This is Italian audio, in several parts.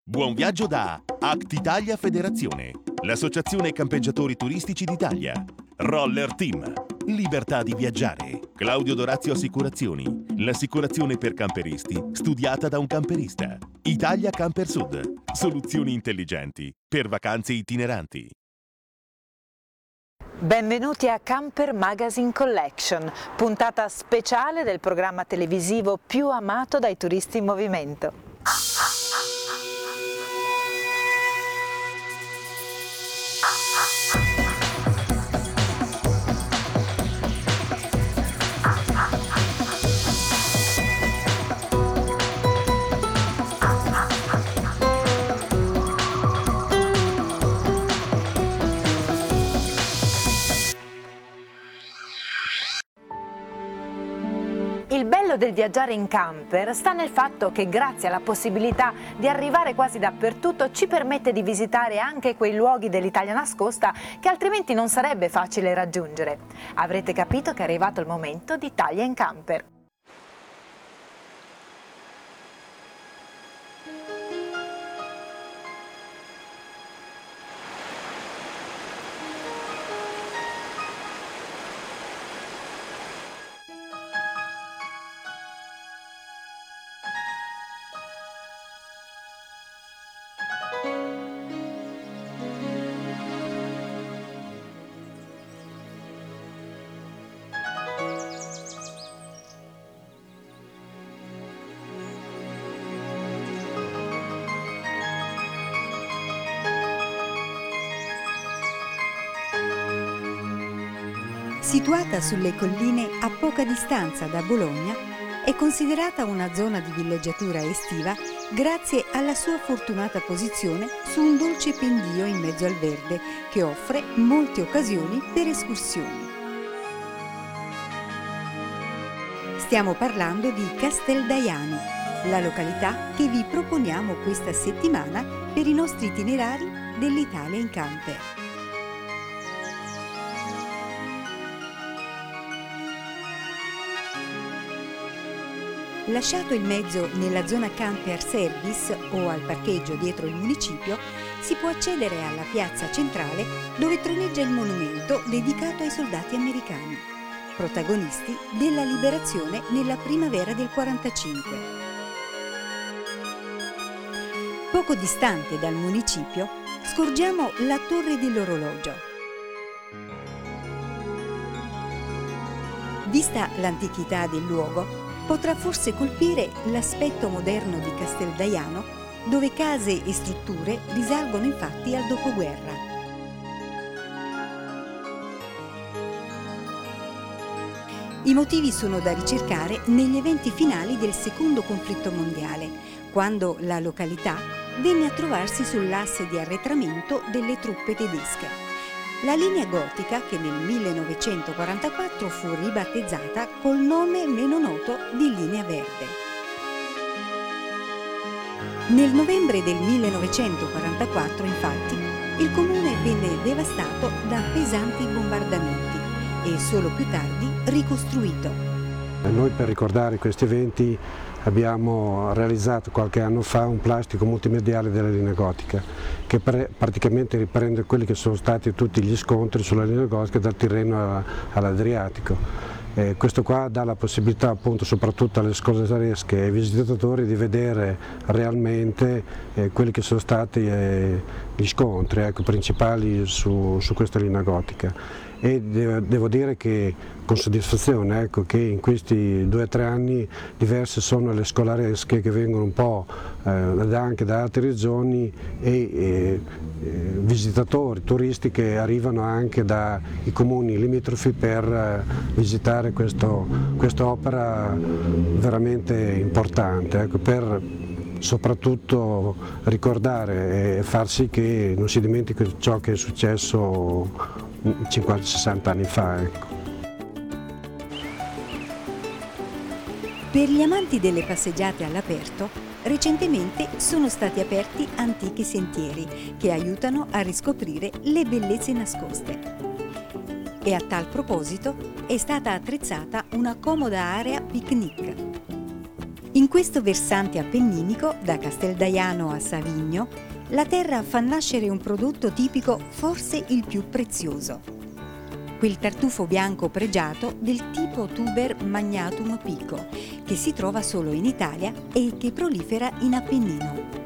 Buon viaggio da Act Italia Federazione, l'associazione campeggiatori turistici d'Italia. Roller Team, libertà di viaggiare. Claudio Dorazio Assicurazioni, l'assicurazione per camperisti studiata da un camperista. Italia Camper Sud, soluzioni intelligenti per vacanze itineranti. Benvenuti a Camper Magazine Collection, puntata speciale del programma televisivo più amato dai turisti in movimento. Il bello del viaggiare in camper sta nel fatto che grazie alla possibilità di arrivare quasi dappertutto ci permette di visitare anche quei luoghi dell'Italia nascosta che altrimenti non sarebbe facile raggiungere. Avrete capito che è arrivato il momento di Italia in camper. Situata sulle colline a poca distanza da Bologna, è considerata una zona di villeggiatura estiva grazie alla sua fortunata posizione su un dolce pendio in mezzo al verde che offre molte occasioni per escursioni. Stiamo parlando di Casteldaiano, la località che vi proponiamo questa settimana per i nostri itinerari dell'Italia in camper. Lasciato il mezzo nella zona camper service o al parcheggio dietro il municipio, si può accedere alla piazza centrale dove troneggia il monumento dedicato ai soldati americani, protagonisti della liberazione nella primavera del 45. Poco distante dal municipio scorgiamo la torre dell'orologio. Vista l'antichità del luogo, potrà forse colpire l'aspetto moderno di Casteldaiano, dove case e strutture risalgono infatti al dopoguerra. I motivi sono da ricercare negli eventi finali del secondo conflitto mondiale, quando la località venne a trovarsi sull'asse di arretramento delle truppe tedesche. La linea gotica, che nel 1944 fu ribattezzata col nome meno noto di Linea Verde. Nel novembre del 1944, infatti, il comune venne devastato da pesanti bombardamenti e solo più tardi ricostruito. Noi per ricordare questi eventi abbiamo realizzato qualche anno fa un plastico multimediale della linea gotica che praticamente riprende quelli che sono stati tutti gli scontri sulla linea gotica dal Tirreno all'Adriatico. Questo qua dà la possibilità appunto soprattutto alle scolaresche e ai visitatori di vedere realmente quelli che sono stati gli scontri principali su questa linea gotica. E devo dire che con soddisfazione che in questi 2 o 3 anni diverse sono le scolaresche che vengono un po' anche da altre regioni e visitatori, turisti che arrivano anche dai comuni limitrofi per visitare quest'opera veramente importante, per soprattutto ricordare e far sì che non si dimentichi ciò che è successo 50-60 anni fa. Per gli amanti delle passeggiate all'aperto, recentemente sono stati aperti antichi sentieri che aiutano a riscoprire le bellezze nascoste. E a tal proposito è stata attrezzata una comoda area picnic. In questo versante appenninico, da Casteldaiano a Savigno, la terra fa nascere un prodotto tipico, forse il più prezioso. Quel tartufo bianco pregiato del tipo Tuber magnatum pico, che si trova solo in Italia e che prolifera in Appennino.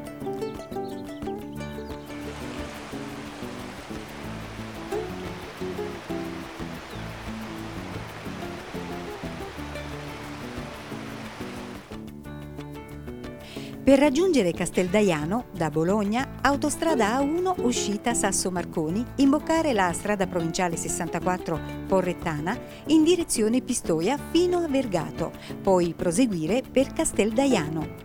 Per raggiungere Casteldaiano, da Bologna, autostrada A1 uscita Sasso Marconi, imboccare la strada provinciale 64 Porrettana in direzione Pistoia fino a Vergato, poi proseguire per Casteldaiano.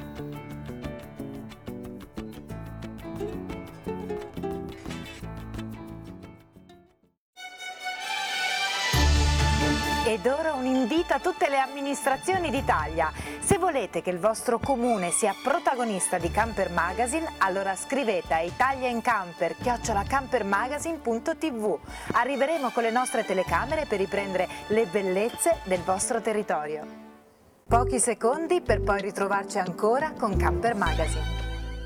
Ed ora un invito a tutte le amministrazioni d'Italia. Se volete che il vostro comune sia protagonista di Camper Magazine, allora scrivete a italiancamper@campermagazine.tv. Arriveremo con le nostre telecamere per riprendere le bellezze del vostro territorio. Pochi secondi per poi ritrovarci ancora con Camper Magazine.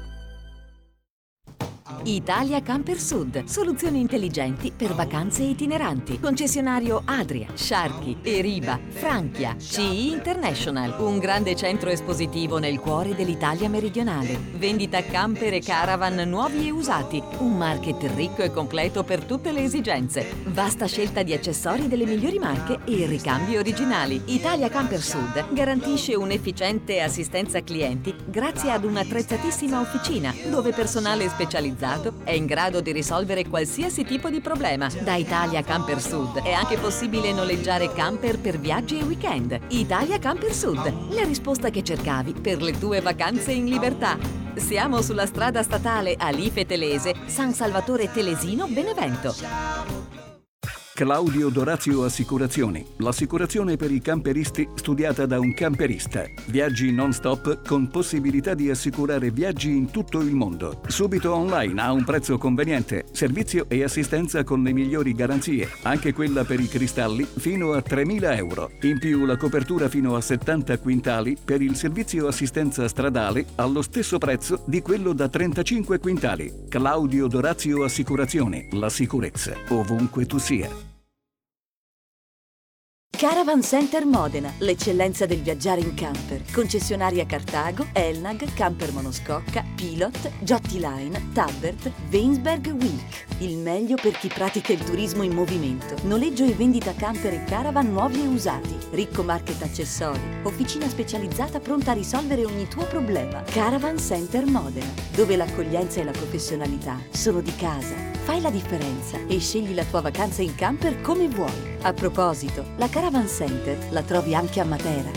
Italia Camper Sud, soluzioni intelligenti per vacanze itineranti. Concessionario Adria, Sharky, Eriba, Franchia, CI International, un grande centro espositivo nel cuore dell'Italia meridionale. Vendita camper e caravan nuovi e usati, un market ricco e completo per tutte le esigenze. Vasta scelta di accessori delle migliori marche e ricambi originali. Italia Camper Sud garantisce un'efficiente assistenza clienti grazie ad un'attrezzatissima officina dove personale specializzato è in grado di risolvere qualsiasi tipo di problema. Da Italia Camper Sud è anche possibile noleggiare camper per viaggi e weekend. Italia Camper Sud, la risposta che cercavi per le tue vacanze in libertà. Siamo sulla strada statale Alife Telese, San Salvatore Telesino, Benevento. Claudio Dorazio Assicurazioni, l'assicurazione per i camperisti studiata da un camperista. Viaggi non stop con possibilità di assicurare viaggi in tutto il mondo. Subito online a un prezzo conveniente, servizio e assistenza con le migliori garanzie, anche quella per i cristalli fino a 3.000 euro. In più la copertura fino a 70 quintali per il servizio assistenza stradale allo stesso prezzo di quello da 35 quintali. Claudio Dorazio Assicurazioni, la sicurezza ovunque tu sia. Caravan Center Modena, l'eccellenza del viaggiare in camper. Concessionaria Cartago, Elnag, Camper Monoscocca, Pilot, Jotti Line, Tabbert, Weinsberg Wilk. Il meglio per chi pratica il turismo in movimento. Noleggio e vendita camper e caravan nuovi e usati. Ricco market accessori. Officina specializzata pronta a risolvere ogni tuo problema. Caravan Center Modena, dove l'accoglienza e la professionalità sono di casa. Fai la differenza e scegli la tua vacanza in camper come vuoi. A proposito, la Caravan Center la trovi anche a Matera.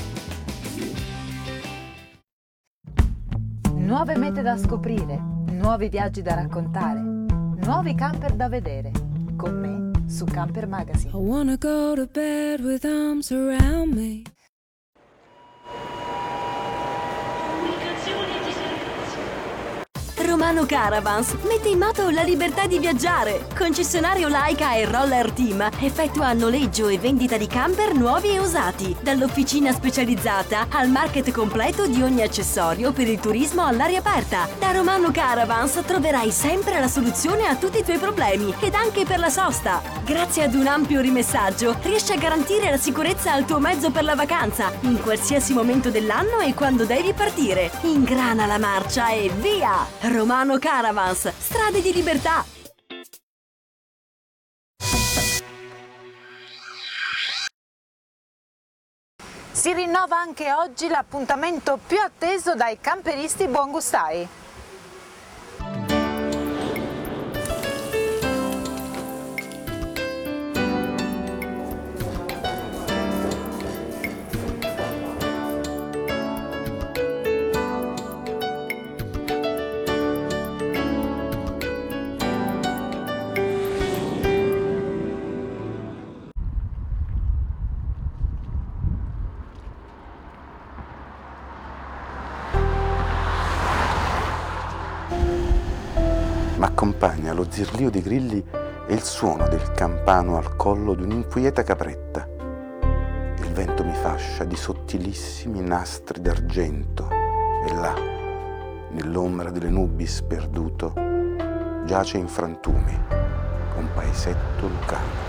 Nuove mete da scoprire, nuovi viaggi da raccontare, nuovi camper da vedere. Con me su Camper Magazine. I wanna go to bed with arms around me. Romano Caravans mette in moto la libertà di viaggiare. Concessionario Laika e Roller Team effettua noleggio e vendita di camper nuovi e usati. Dall'officina specializzata al market completo di ogni accessorio per il turismo all'aria aperta. Da Romano Caravans troverai sempre la soluzione a tutti i tuoi problemi ed anche per la sosta. Grazie ad un ampio rimessaggio riesci a garantire la sicurezza al tuo mezzo per la vacanza in qualsiasi momento dell'anno e quando devi partire. Ingrana la marcia e via! Romano Caravans, strade di libertà. Si rinnova anche oggi l'appuntamento più atteso dai camperisti buongustai. M'accompagna lo zirlio dei grilli e il suono del campano al collo di un'inquieta capretta. Il vento mi fascia di sottilissimi nastri d'argento e là, nell'ombra delle nubi sperduto, giace in frantumi un paesetto lucano.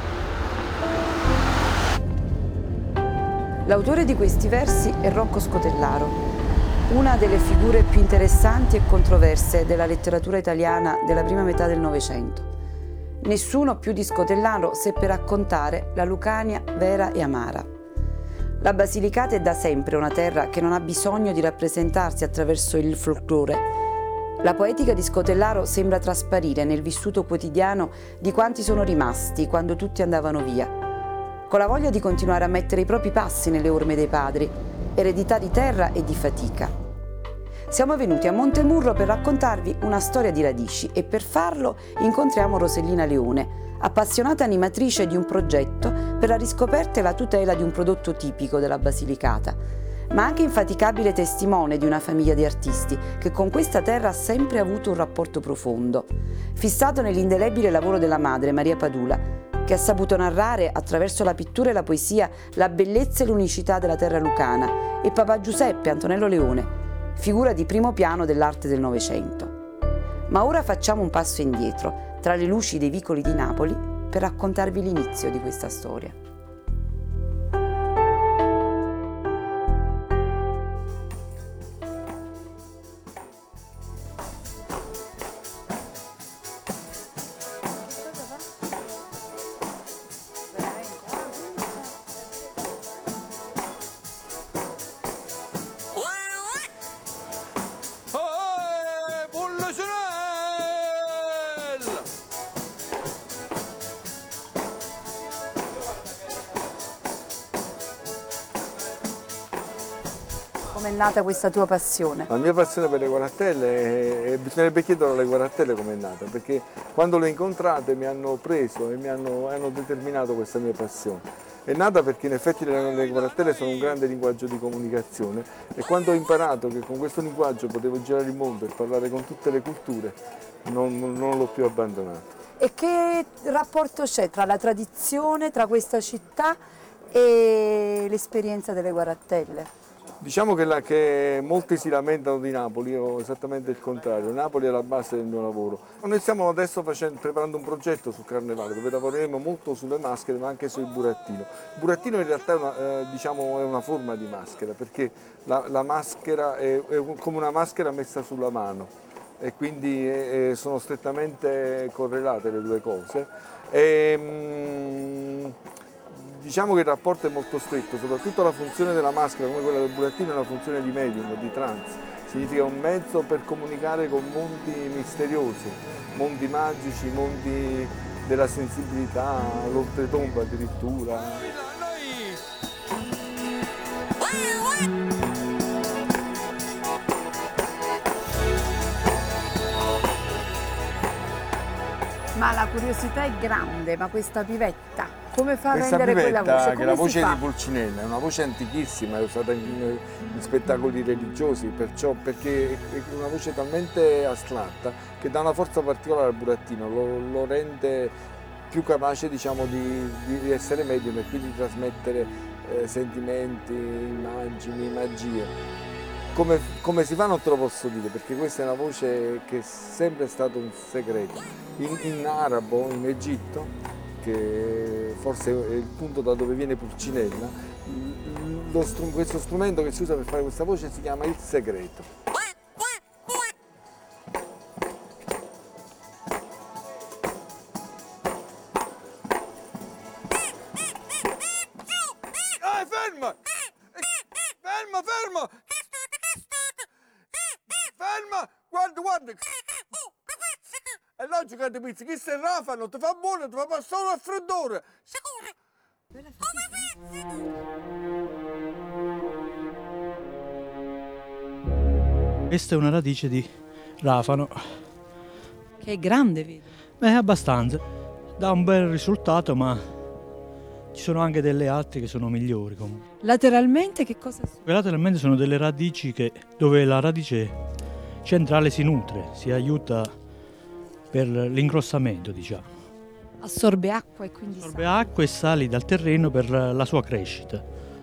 L'autore di questi versi è Rocco Scotellaro, una delle figure più interessanti e controverse della letteratura italiana della prima metà del Novecento. Nessuno più di Scotellaro seppe raccontare la Lucania vera e amara. La Basilicata è da sempre una terra che non ha bisogno di rappresentarsi attraverso il folklore. La poetica di Scotellaro sembra trasparire nel vissuto quotidiano di quanti sono rimasti quando tutti andavano via, con la voglia di continuare a mettere i propri passi nelle orme dei padri, eredità di terra e di fatica. Siamo venuti a Montemurro per raccontarvi una storia di radici e per farlo incontriamo Rosellina Leone, appassionata animatrice di un progetto per la riscoperta e la tutela di un prodotto tipico della Basilicata, ma anche infaticabile testimone di una famiglia di artisti che con questa terra ha sempre avuto un rapporto profondo, fissato nell'indelebile lavoro della madre Maria Padula, che ha saputo narrare attraverso la pittura e la poesia la bellezza e l'unicità della terra lucana, e papà Giuseppe Antonello Leone, figura di primo piano dell'arte del Novecento. Ma ora facciamo un passo indietro, tra le luci dei vicoli di Napoli, per raccontarvi l'inizio di questa storia. Com'è nata questa tua passione? La mia passione per le guarattelle, bisognerebbe chiedere alle guarattelle com'è nata, perché quando le ho incontrate mi hanno preso e hanno determinato questa mia passione. È nata perché in effetti le guarattelle sono un grande linguaggio di comunicazione e quando ho imparato che con questo linguaggio potevo girare il mondo e parlare con tutte le culture, non l'ho più abbandonato. E che rapporto c'è tra la tradizione, tra questa città e l'esperienza delle guarattelle? Diciamo che molti si lamentano di Napoli, io esattamente il contrario. Napoli è la base del mio lavoro. Noi stiamo adesso preparando un progetto sul Carnevale dove lavoreremo molto sulle maschere ma anche sul burattino. Il burattino in realtà è una forma di maschera, perché la maschera è come una maschera messa sulla mano e quindi sono strettamente correlate le due cose. Diciamo che il rapporto è molto stretto, soprattutto la funzione della maschera come quella del burattino è una funzione di medium, di trance. Significa un mezzo per comunicare con mondi misteriosi, mondi magici, mondi della sensibilità, l'oltretomba addirittura. Ma la curiosità è grande, ma questa pivetta, come fa a Questa rendere quella voce? Che Come la voce si fa? di Pulcinella è una voce antichissima, è usata in spettacoli religiosi, perché è una voce talmente astratta che dà una forza particolare al burattino, lo rende più capace, diciamo, di essere medium e quindi di trasmettere sentimenti, immagini, magie. Come si fa non te lo posso dire, perché questa è una voce che è sempre stato un segreto. In arabo, in Egitto, che forse è il punto da dove viene Pulcinella, questo strumento che si usa per fare questa voce si chiama il segreto. Ferma! Ferma, ferma! Ferma! Guarda! È logico che ti pizzi, chi se Rafa non ti fa buono, ti fa passare un raffreddore! Questa è una radice di rafano. Che è grande, vedo. Beh, abbastanza. Dà un bel risultato, ma ci sono anche delle altre che sono migliori comunque. Lateralmente che cosa sono? Lateralmente sono delle radici dove la radice centrale si nutre, si aiuta per l'ingrossamento, diciamo. Assorbe acqua e quindi Assorbe acqua e sali dal terreno per la sua crescita.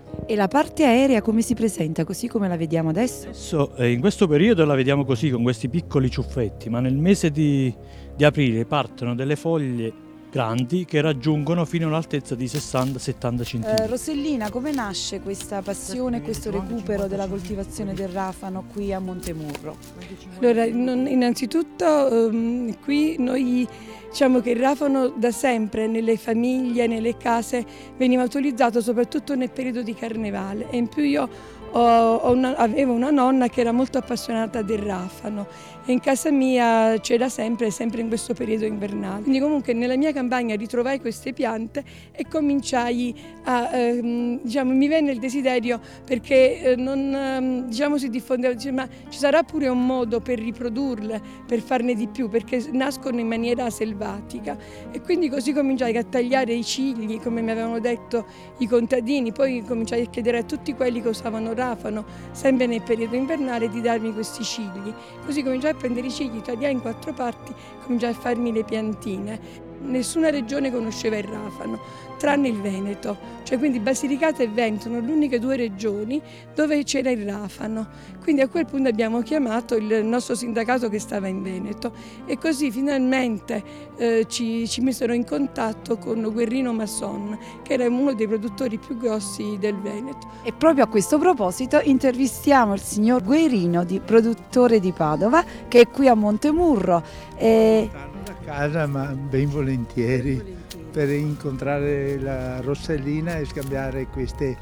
E la parte aerea come si presenta? Così come la vediamo adesso? Adesso, in questo periodo la vediamo così, con questi piccoli ciuffetti, ma nel mese di aprile partono delle foglie grandi che raggiungono fino all'altezza di 60-70 cm. Rossellina, come nasce questa passione, questo recupero della coltivazione del rafano qui a Montemurro? Allora, innanzitutto qui noi diciamo che il rafano da sempre nelle famiglie, nelle case veniva utilizzato soprattutto nel periodo di carnevale, e in più io avevo una nonna che era molto appassionata del rafano e in casa mia c'era sempre in questo periodo invernale. Quindi comunque nella mia campagna ritrovai queste piante e cominciai a, mi venne il desiderio, perché si diffondeva, ma ci sarà pure un modo per riprodurle, per farne di più, perché nascono in maniera selvatica, e quindi così cominciai a tagliare i cigli, come mi avevano detto i contadini. Poi cominciai a chiedere a tutti quelli che usavano rafano, sempre nel periodo invernale, di darmi questi cigli. Così cominciai a prendere i cigli, tagliai in 4 parti, cominciai a farmi le piantine. Nessuna regione conosceva il rafano, tranne il Veneto, cioè quindi Basilicata e Veneto sono le uniche 2 regioni dove c'era il rafano. Quindi a quel punto abbiamo chiamato il nostro sindacato che stava in Veneto, e così finalmente ci misero in contatto con Guerrino Masson, che era uno dei produttori più grossi del Veneto. E proprio a questo proposito intervistiamo il signor Guerrino, produttore di Padova, che è qui a Montemurro. Da casa, ma ben volentieri, per incontrare la Rossellina e scambiare queste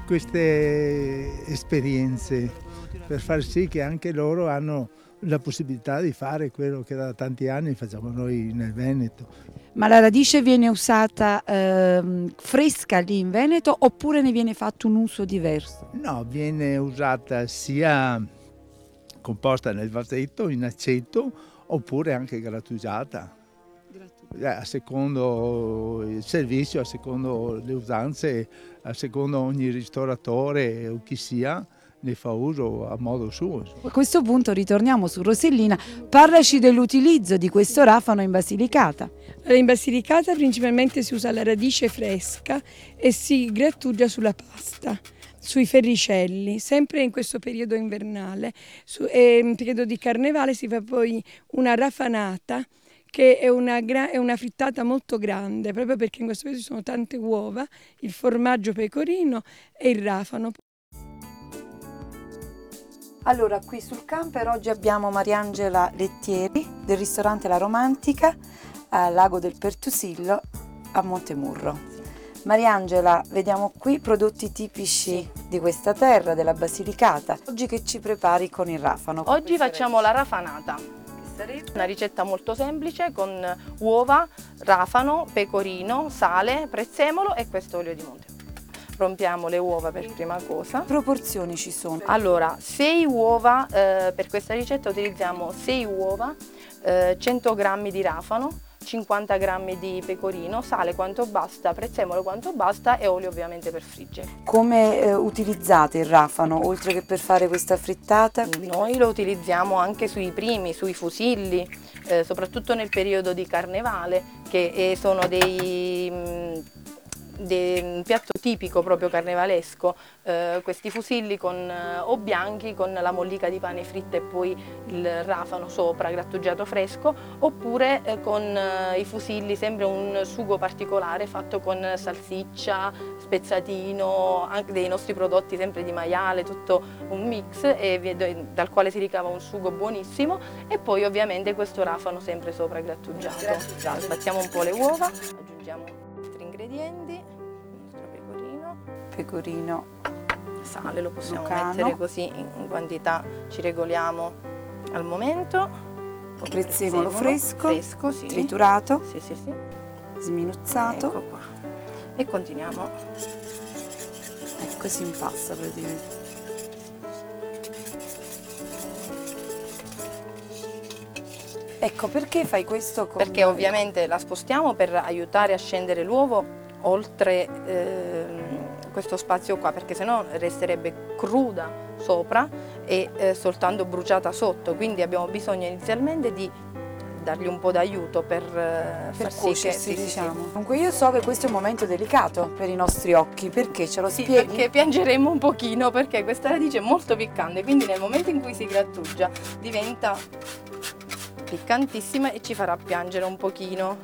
esperienze, per far sì che anche loro hanno la possibilità di fare quello che da tanti anni facciamo noi nel Veneto. Ma la radice viene usata fresca lì in Veneto, oppure ne viene fatto un uso diverso? No, viene usata sia composta nel vasetto, in aceto, oppure anche grattugiata. A secondo il servizio, a secondo le usanze, a secondo ogni ristoratore o chi sia, ne fa uso a modo suo. A questo punto ritorniamo su Rossellina, parlaci dell'utilizzo di questo rafano in Basilicata. In Basilicata principalmente si usa la radice fresca e si grattugia sulla pasta, sui ferricelli, sempre in questo periodo invernale. In periodo di carnevale si fa poi una rafanata, che è una frittata molto grande, proprio perché in questo periodo ci sono tante uova, il formaggio pecorino e il rafano. Allora, qui sul camper oggi abbiamo Mariangela Lettieri del ristorante La Romantica al Lago del Pertusillo a Montemurro. Mariangela, vediamo qui prodotti tipici di questa terra, della Basilicata. Oggi che ci prepari con il rafano? Oggi facciamo la rafanata. Una ricetta molto semplice con uova, rafano, pecorino, sale, prezzemolo e questo olio di monte. Rompiamo le uova per prima cosa. Proporzioni ci sono? Allora, 6 uova, per questa ricetta utilizziamo 6 uova, 100 g di rafano, 50 g di pecorino, sale quanto basta, prezzemolo quanto basta e olio ovviamente per friggere. Come utilizzate il rafano, oltre che per fare questa frittata? Noi lo utilizziamo anche sui primi, sui fusilli, soprattutto nel periodo di carnevale, che sono un piatto tipico proprio carnevalesco, questi fusilli o bianchi con la mollica di pane fritta e poi il rafano sopra grattugiato fresco, oppure con i fusilli sempre un sugo particolare fatto con salsiccia, spezzatino, anche dei nostri prodotti sempre di maiale, tutto un mix dal quale si ricava un sugo buonissimo, e poi ovviamente questo rafano sempre sopra grattugiato. Sbattiamo un po' le uova, aggiungiamo i nostri ingredienti, il nostro pecorino, sale lo possiamo mettere così in quantità, ci regoliamo al momento. Prezzemolo fresco, sì. Triturato, sì. Sminuzzato. Ecco qua. E continuiamo. Ecco, si impasta praticamente. Ecco, perché fai questo? Perché ovviamente la spostiamo per aiutare a scendere l'uovo oltre questo spazio qua, perché sennò resterebbe cruda sopra e soltanto bruciata sotto, quindi abbiamo bisogno inizialmente di dargli un po' d'aiuto per far sì cuocersi, diciamo. Dunque io so che questo è un momento delicato per i nostri occhi, perché ce lo spieghi? Perché piangeremo un pochino, perché questa radice è molto piccante, quindi nel momento in cui si grattugia diventa piccantissima e ci farà piangere un pochino.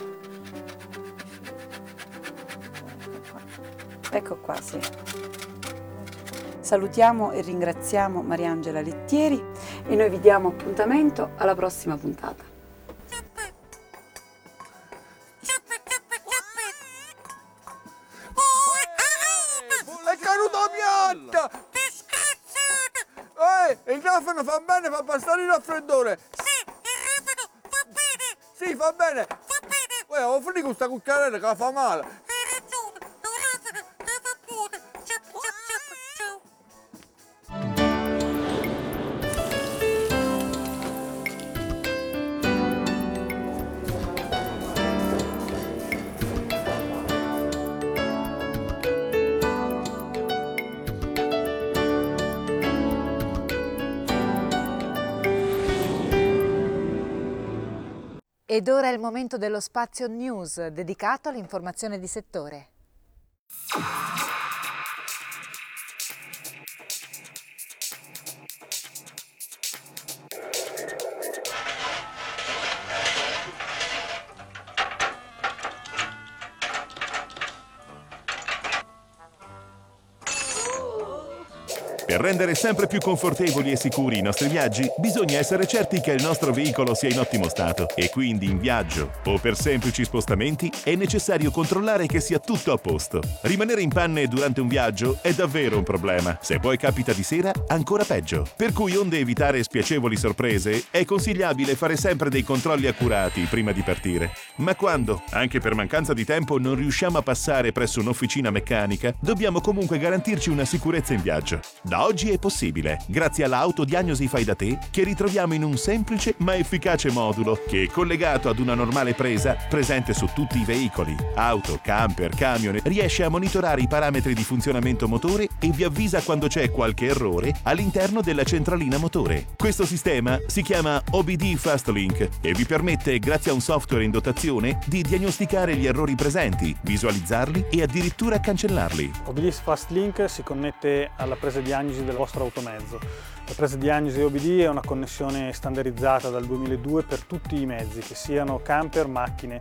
Ecco qua, sì. Salutiamo e ringraziamo Mariangela Lettieri e noi vi diamo appuntamento alla prossima puntata. È caduto piatto! Il rafano fa bene, fa passare il raffreddore. Sì, il rafano fa bene. Sì, fa bene. Fa bene. Ho finito questa cucchiarella che la fa male. Hai ragione, il rafano fa buono. Ciao. Ed ora è il momento dello spazio news dedicato all'informazione di settore. Per rendere sempre più confortevoli e sicuri i nostri viaggi, bisogna essere certi che il nostro veicolo sia in ottimo stato e quindi in viaggio o per semplici spostamenti è necessario controllare che sia tutto a posto. Rimanere in panne durante un viaggio è davvero un problema. Se poi capita di sera, ancora peggio. Per cui, onde evitare spiacevoli sorprese, è consigliabile fare sempre dei controlli accurati prima di partire. Ma quando, anche per mancanza di tempo, non riusciamo a passare presso un'officina meccanica, dobbiamo comunque garantirci una sicurezza in viaggio. Da oggi è possibile, grazie alla autodiagnosi fai da te, che ritroviamo in un semplice ma efficace modulo che, collegato ad una normale presa presente su tutti i veicoli, auto, camper, camion, riesce a monitorare i parametri di funzionamento motore e vi avvisa quando c'è qualche errore all'interno della centralina motore. Questo sistema si chiama OBD FastLink e vi permette, grazie a un software in dotazione, di diagnosticare gli errori presenti, visualizzarli e addirittura cancellarli. OBD FastLink si connette alla presa diagnosi del vostro automezzo. La presa diagnosi OBD è una connessione standardizzata dal 2002 per tutti i mezzi, che siano camper, macchine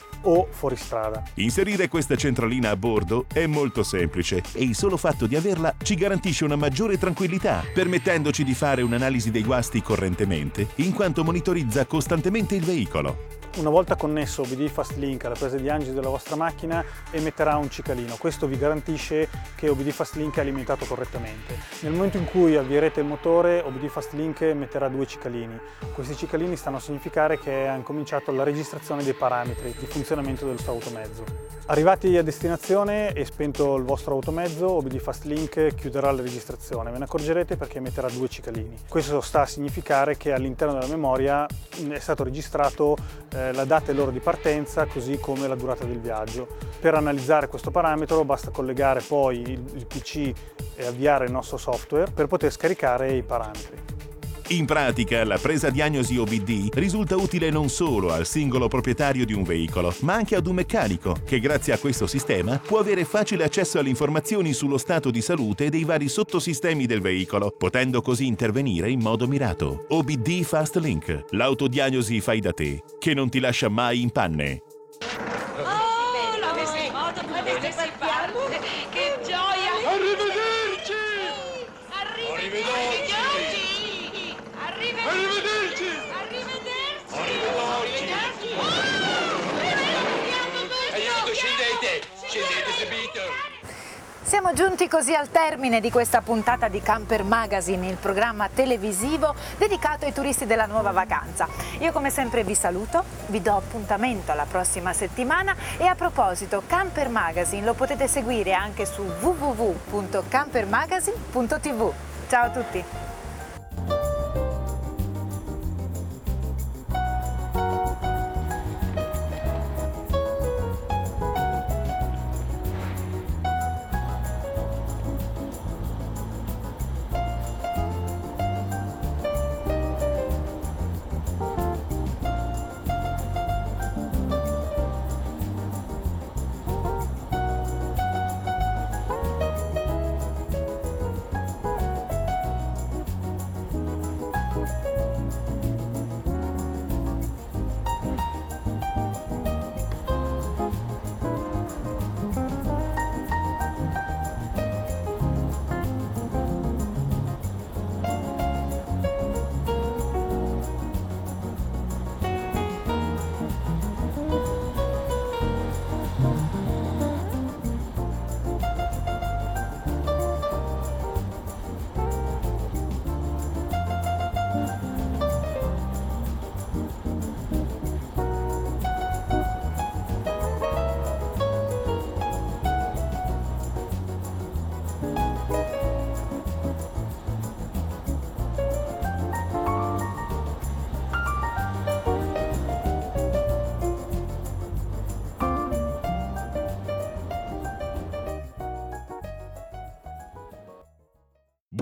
o fuoristrada. Inserire questa centralina a bordo è molto semplice e il solo fatto di averla ci garantisce una maggiore tranquillità, permettendoci di fare un'analisi dei guasti correntemente, in quanto monitorizza costantemente il veicolo. Una volta connesso OBD FastLink alla presa diagnosi della vostra macchina, emetterà un cicalino. Questo vi garantisce che OBD FastLink è alimentato correttamente. Nel momento in cui avvierete il motore, OBD FastLink emetterà 2 cicalini. Questi cicalini stanno a significare che ha incominciato la registrazione dei parametri di funzionamento del vostro automezzo. Arrivati a destinazione e spento il vostro automezzo, OBD FastLink chiuderà la registrazione. Ve ne accorgerete perché emetterà 2 cicalini. Questo sta a significare che all'interno della memoria è stato registrato la data e l'ora di partenza, così come la durata del viaggio. Per analizzare questo parametro basta collegare poi il PC e avviare il nostro software per poter scaricare i parametri. In pratica, la presa diagnosi OBD risulta utile non solo al singolo proprietario di un veicolo, ma anche ad un meccanico, che grazie a questo sistema può avere facile accesso alle informazioni sullo stato di salute dei vari sottosistemi del veicolo, potendo così intervenire in modo mirato. OBD FastLink, l'autodiagnosi fai da te, che non ti lascia mai in panne. Che gioia! Arrivederci! Arrivederci! Arrivederci! Arrivederci! Aiuto, scendete subito! Siamo giunti così al termine di questa puntata di Camper Magazine, il programma televisivo dedicato ai turisti della nuova vacanza. Io come sempre vi saluto, vi do appuntamento alla prossima settimana e a proposito, Camper Magazine lo potete seguire anche su www.campermagazine.tv. Ciao a tutti!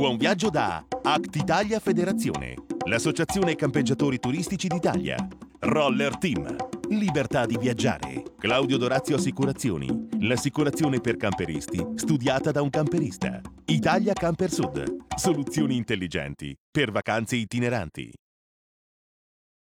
Buon viaggio da Actitalia Federazione, l'associazione campeggiatori turistici d'Italia. Roller Team, libertà di viaggiare. Claudio Dorazio Assicurazioni, l'assicurazione per camperisti studiata da un camperista. Italia Camper Sud, soluzioni intelligenti per vacanze itineranti.